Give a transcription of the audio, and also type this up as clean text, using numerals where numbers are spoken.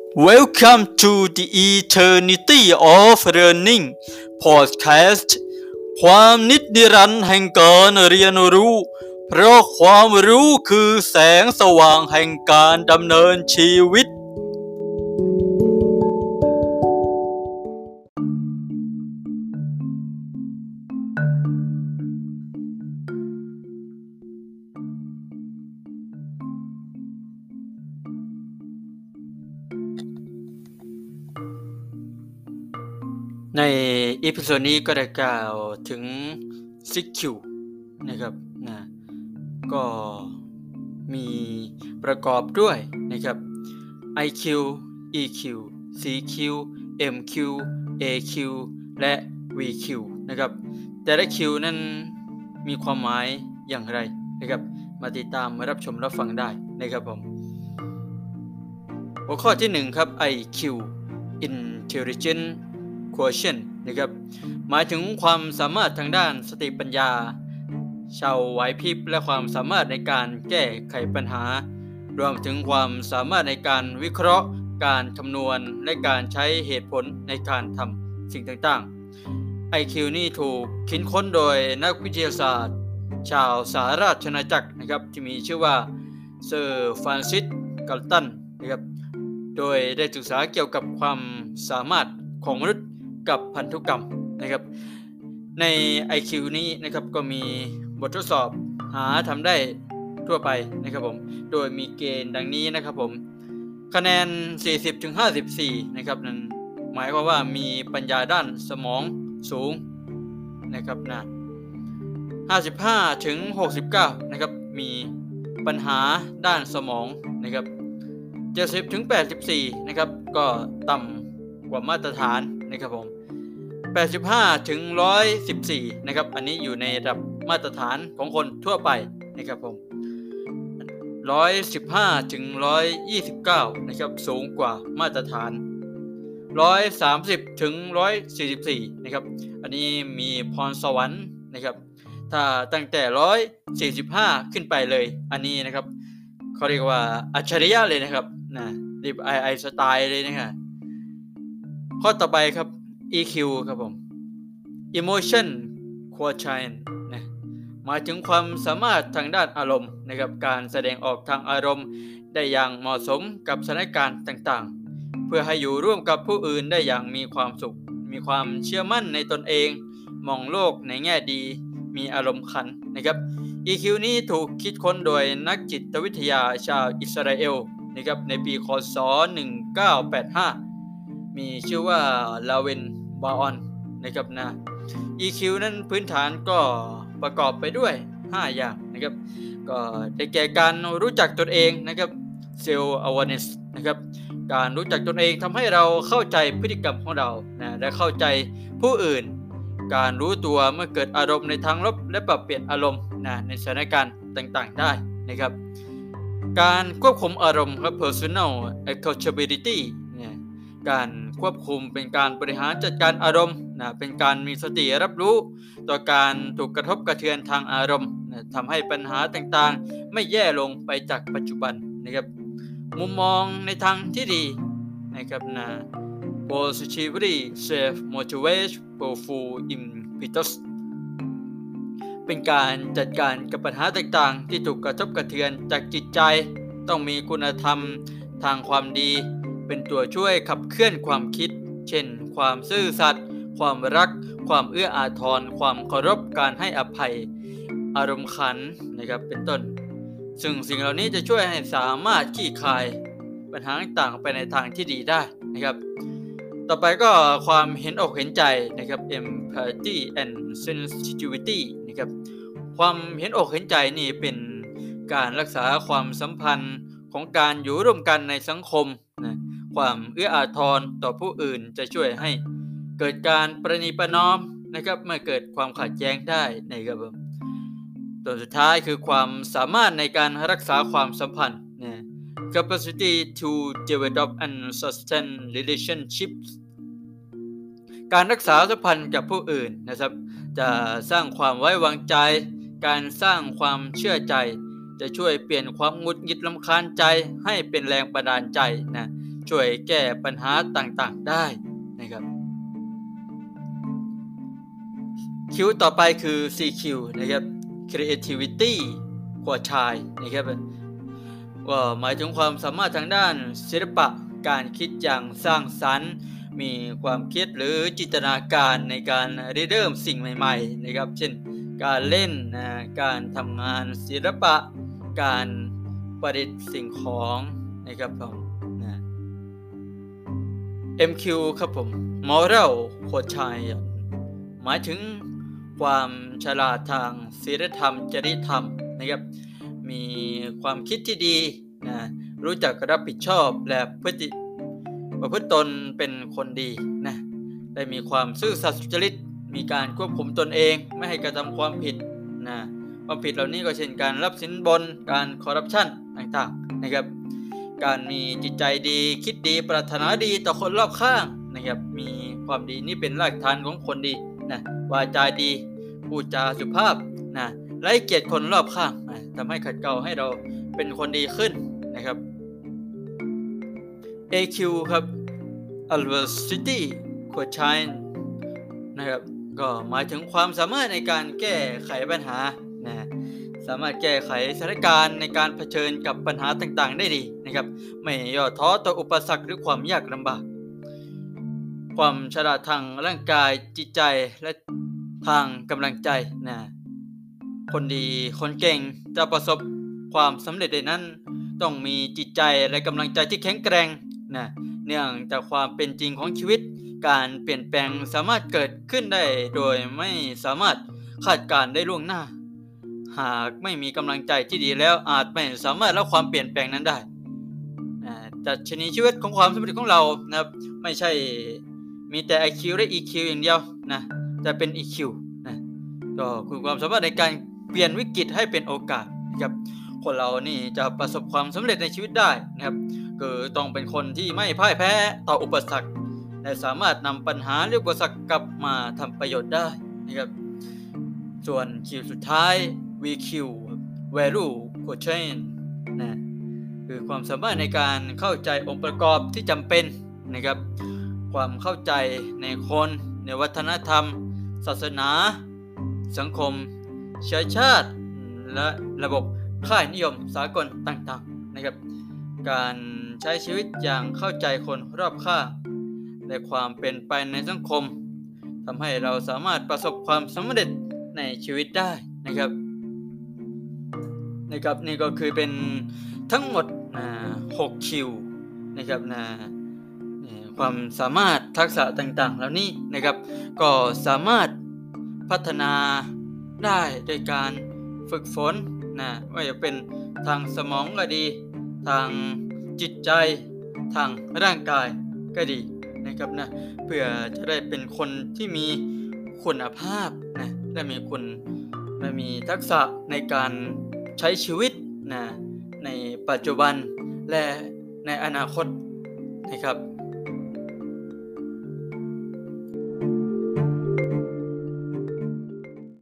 Welcome to the Eternity of Learning Podcast ความนิรันดร์แห่งการเรียนรู้เพราะความรู้คือแสงสว่างแห่งการดำเนินชีวิตในอีพิโซดนี้ก็ได้กล่าวถึง 6Q นะครับก็มีประกอบด้วยนะครับ IQ EQ CQ MQ AQ และ VQ นะครับแต่ละ Q นั้นมีความหมายอย่างไรนะครับมาติดตามมารับชมรับฟังได้นะครับผมหัวข้อที่1ครับ IQ Intelligence Quotient นะครับหมายถึงความสามารถทางด้านสติปัญญาชาวไหวพริบและความสามารถในการแก้ไขปัญหารวมถึงความสามารถในการวิเคราะห์การคำนวณและการใช้เหตุผลในการทำสิ่งต่างๆ IQ นี่ถูกคิดค้นโดยนักวิทยาศาสตร์ชาวสหราชอาณาจักรนะครับที่มีชื่อว่าเซอร์ฟรานซิสกัลตันนะครับโดยได้ศึกษาเกี่ยวกับความสามารถของมนุษย์กับพันธุกรรมนะครับใน IQ นี้นะครับก็มีบททดสอบหาทำได้ทั่วไปนะครับผมโดยมีเกณฑ์ดังนี้นะครับผมคะแนน 40-54 นะครับนั้นหมายความว่ามีปัญญาด้านสมองสูงนะครับ55-69 นะครับมีปัญหาด้านสมองนะครับ70-84 นะครับก็ต่ำกว่ามาตรฐานนะครับผม85-114 นะครับอันนี้อยู่ในระดับมาตรฐานของคนทั่วไปนะครับผม115-129 นะครับสูงกว่ามาตรฐาน130-144 นะครับอันนี้มีพรสวรรค์นะครับถ้าตั้งแต่145ขึ้นไปเลยอันนี้นะครับเขาเรียกว่าอัจฉริยะเลยนะครับรีบไอสไตล์เลยนะครับข้อต่อไปครับ EQ ครับผม Emotion Quotient หมายถึงความสามารถทางด้านอารมณ์นะครับการแสดงออกทางอารมณ์ได้อย่างเหมาะสมกับสถานการณ์ต่างๆเพื่อให้อยู่ร่วมกับผู้อื่นได้อย่างมีความสุขมีความเชื่อมั่นในตนเองมองโลกในแง่ดีมีอารมณ์ขันนะครับ EQ นี้ถูกคิดค้นโดยนักจิตวิทยาชาวอิสราเอลนะครับในปีค.ศ. 1985มีชื่อว่าลาเวนบาออนนะครับEQ นั้นพื้นฐานก็ประกอบไปด้วย5อย่างนะครับก็ได้แก่การรู้จักตนเองนะครับ self awareness นะครับการรู้จักตนเองทำให้เราเข้าใจพฤติกรรมของเราและเข้าใจผู้อื่นการรู้ตัวเมื่อเกิดอารมณ์ในทางลบและปรับเปลี่ยนอารมณ์ในสถานการณ์ต่างๆได้นะครับการควบคุมอารมณ์ครับ personal accountability การควบคุมเป็นการบริหารจัดการอารมณ์เป็นการมีสติรับรู้ต่อการถูกกระทบกระเทือนทางอารมณ์ทำให้ปัญหาต่างๆไม่แย่ลงไปจากปัจจุบันนะครับมุมมองในทางที่ดีนะครับpositively self motivate powerful impetus เป็นการจัดการกับปัญหาต่างๆที่ถูกกระทบกระเทือนจากจิตใจต้องมีคุณธรรมทางความดีเป็นตัวช่วยขับเคลื่อนความคิดเช่นความซื่อสัตย์ความรักความเอื้ออาทรความเคารพการให้อภัยอารมณ์ขันนะครับเป็นต้นซึ่งสิ่งเหล่านี้จะช่วยให้สามารถคลี่คลายปัญหาต่างๆไปในทางที่ดีได้นะครับต่อไปก็ความเห็นอกเห็นใจนะครับ empathy and sensitivity นะครับความเห็นอกเห็นใจนี่เป็นการรักษาความสัมพันธ์ของการอยู่ร่วมกันในสังคมความเอื้ออาทรต่อผู้อื่นจะช่วยให้เกิดการประนีประนอมนะครับเมื่อเกิดความขัดแย้งได้นะครับตัวสุดท้ายคือความสามารถในการรักษาความสัมพันธ์capacity to develop and sustain relationships การรักษาสัมพันธ์กับผู้อื่นนะครับจะสร้างความไว้วางใจการสร้างความเชื่อใจจะช่วยเปลี่ยนความหงุดหงิดรำคาญใจให้เป็นแรงบันดาลใจช่วยแก้ปัญหาต่างๆได้นะครับคิวต่อไปคือ CQ นะครับ Creativity Quotient นะครับว่าหมายถึงความสามารถทางด้านศิลปะการคิดอย่างสร้างสรรค์มีความคิดหรือจินตนาการในการริเริ่มสิ่งใหม่ๆนะครับเช่นการเล่นการทำงานศิลปะการประดิษฐ์สิ่งของนะครับผมMQ ครับผม Moral Quotient หมายถึงความฉลาดทางศีลธรรมจริยธรรมนะครับมีความคิดที่ดีรู้จักรับผิดชอบและประพฤติตนเป็นคนดีนะได้มีความซื่อสัตย์สุจริตมีการควบคุมตนเองไม่ให้กระทำความผิดความผิดเหล่านี้ก็เช่นการรับสินบนการคอร์รัปชันต่างๆนะครับการมีจิตใจดีคิดดีปรารถนาดีต่อคนรอบข้างนะครับมีความดีนี่เป็นรากฐานของคนดีนะวาจาดีพูดจาสุภาพไร้เกียรติคนรอบข้างทำให้ขัดเกลาให้เราเป็นคนดีขึ้นนะครับ AQ ครับ Adversity Quotient นะครับก็หมายถึงความสามารถในการแก้ไขปัญหาสามารถแก้ไขสถานการณ์ในการเผชิญกับปัญหาต่างๆได้ดีนะครับไม่ย่อท้อต่ออุปสรรคหรือความยากลำบากความฉลาดทางร่างกายจิตใจและทางกำลังใจคนดีคนเก่งจะประสบความสำเร็จได้นั้นต้องมีจิตใจและกำลังใจที่แข็งแกร่งเนื่องจากความเป็นจริงของชีวิตการเปลี่ยนแปลงสามารถเกิดขึ้นได้โดยไม่สามารถคาดการณ์ได้ล่วงหน้าหากไม่มีกำลังใจที่ดีแล้วอาจไม่สามารถรับความเปลี่ยนแปลงนั้นได้ดัชนีชีวิตของความสำเร็จของเรานะครับไม่ใช่มีแต่ IQ และ EQ อย่างเดียวแต่เป็น EQ ก็คือความสามารถในการเปลี่ยนวิกฤตให้เป็นโอกาสนะครับคนเรานี่จะประสบความสำเร็จในชีวิตได้นะครับคือต้องเป็นคนที่ไม่พ่ายแพ้ต่ออุปสรรคและสามารถนำปัญหาหรืออุปสรรคกลับมาทำประโยชน์ได้นะครับส่วนคิวสุดท้าย VQ Value Quotient คือความสามารถในการเข้าใจองค์ประกอบที่จำเป็นนะครับความเข้าใจในคนในวัฒนธรรมศาสนาสังคมเชื้อชาติและระบบค่านิยมสากลต่างๆนะครับการใช้ชีวิตอย่างเข้าใจคนรอบข้างและความเป็นไปในสังคมทำให้เราสามารถประสบความสำเร็จในชีวิตได้นะครับนี่ก็คือเป็นทั้งหมด6คิวนะครับความสามารถทักษะต่างๆเหล่านี้นะครับก็สามารถพัฒนาได้โดยการฝึกฝนว่าจะเป็นทางสมองก็ดีทางจิตใจทางร่างกายก็ดีนะครับเพื่อจะได้เป็นคนที่มีคุณภาพและมีทักษะในการใช้ชีวิตในปัจจุบันและในอนาคตนะครับ